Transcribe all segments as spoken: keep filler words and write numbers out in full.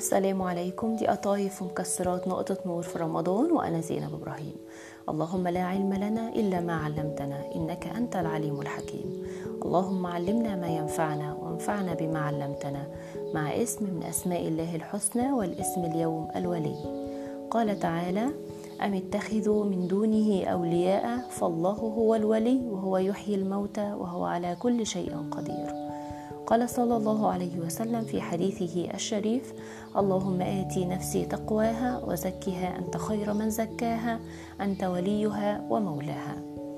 السلام عليكم. دي قطايف ومكسرات نقطة نور في رمضان، وأنا زينب إبراهيم. اللهم لا علم لنا إلا ما علمتنا، إنك أنت العليم الحكيم. اللهم علمنا ما ينفعنا وانفعنا بما علمتنا، مع اسم من أسماء الله الحسنى، والاسم اليوم الولي. قال تعالى: أم اتخذوا من دونه أولياء فالله هو الولي وهو يحيي الموتى وهو على كل شيء قدير. قال صلى الله عليه وسلم في حديثه الشريف: اللهم آتي نفسي تقواها وزكها أنت خير من زكاها، أنت وليها ومولاها.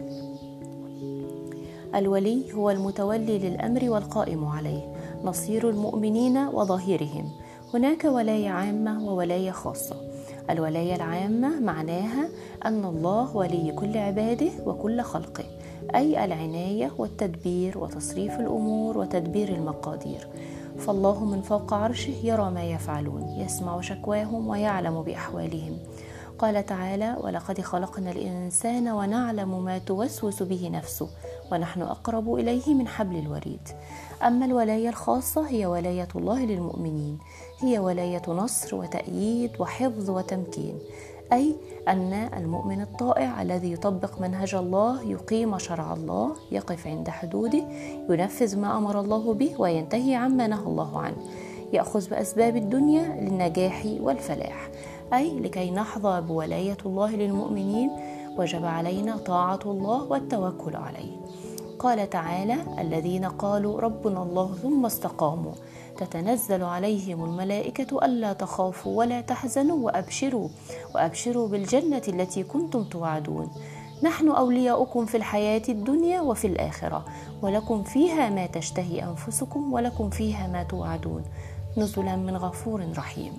الولي هو المتولي للأمر والقائم عليه، نصير المؤمنين وظهيرهم. هناك ولاية عامة وولاية خاصة. الولاية العامة معناها أن الله ولي كل عباده وكل خلقه، أي العناية والتدبير وتصريف الأمور وتدبير المقادير. فالله من فوق عرشه يرى ما يفعلون، يسمع شكواهم ويعلم بأحوالهم. قال تعالى: ولقد خلقنا الإنسان ونعلم ما توسوس به نفسه ونحن أقرب إليه من حبل الوريد. أما الولاية الخاصة هي ولاية الله للمؤمنين، هي ولاية نصر وتأييد وحفظ وتمكين، أي أن المؤمن الطائع الذي يطبق منهج الله، يقيم شرع الله، يقف عند حدوده، ينفذ ما أمر الله به وينتهي عما نهى الله عنه، يأخذ بأسباب الدنيا للنجاح والفلاح. أي لكي نحظى بولاية الله للمؤمنين وجب علينا طاعة الله والتوكل عليه. قال تعالى: الذين قالوا ربنا الله ثم استقاموا تتنزل عليهم الملائكة ألا تخافوا ولا تحزنوا وأبشروا وأبشروا بالجنة التي كنتم توعدون، نحن أولياؤكم في الحياة الدنيا وفي الآخرة، ولكم فيها ما تشتهي أنفسكم ولكم فيها ما توعدون، نزلا من غفور رحيم.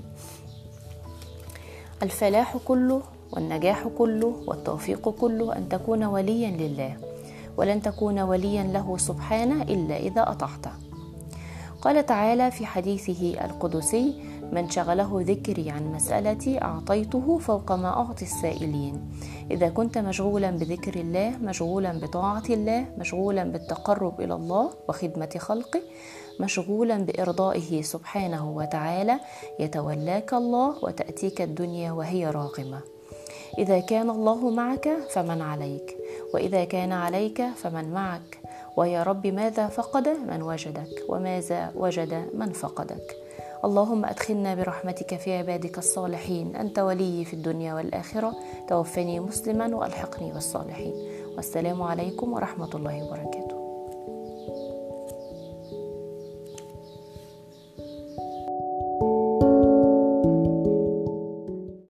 الفلاح كله والنجاح كله والتوفيق كله أن تكون وليا لله، ولن تكون وليا له سبحانه إلا إذا أطعته. قال تعالى في حديثه القدسي: من شغله ذكري عن مسألتي أعطيته فوق ما أعطي السائلين. إذا كنت مشغولا بذكر الله، مشغولا بطاعة الله، مشغولا بالتقرب إلى الله وخدمة خلقه، مشغولا بإرضائه سبحانه وتعالى، يتولاك الله وتأتيك الدنيا وهي راغمة. إذا كان الله معك فمن عليك، وإذا كان عليك فمن معك، ويا رب ماذا فقد من وجدك وماذا وجد من فقدك. اللهم أدخلنا برحمتك في عبادك الصالحين، أنت ولي في الدنيا والآخرة، توفني مسلما وألحقني بالصالحين. والسلام عليكم ورحمة الله وبركاته.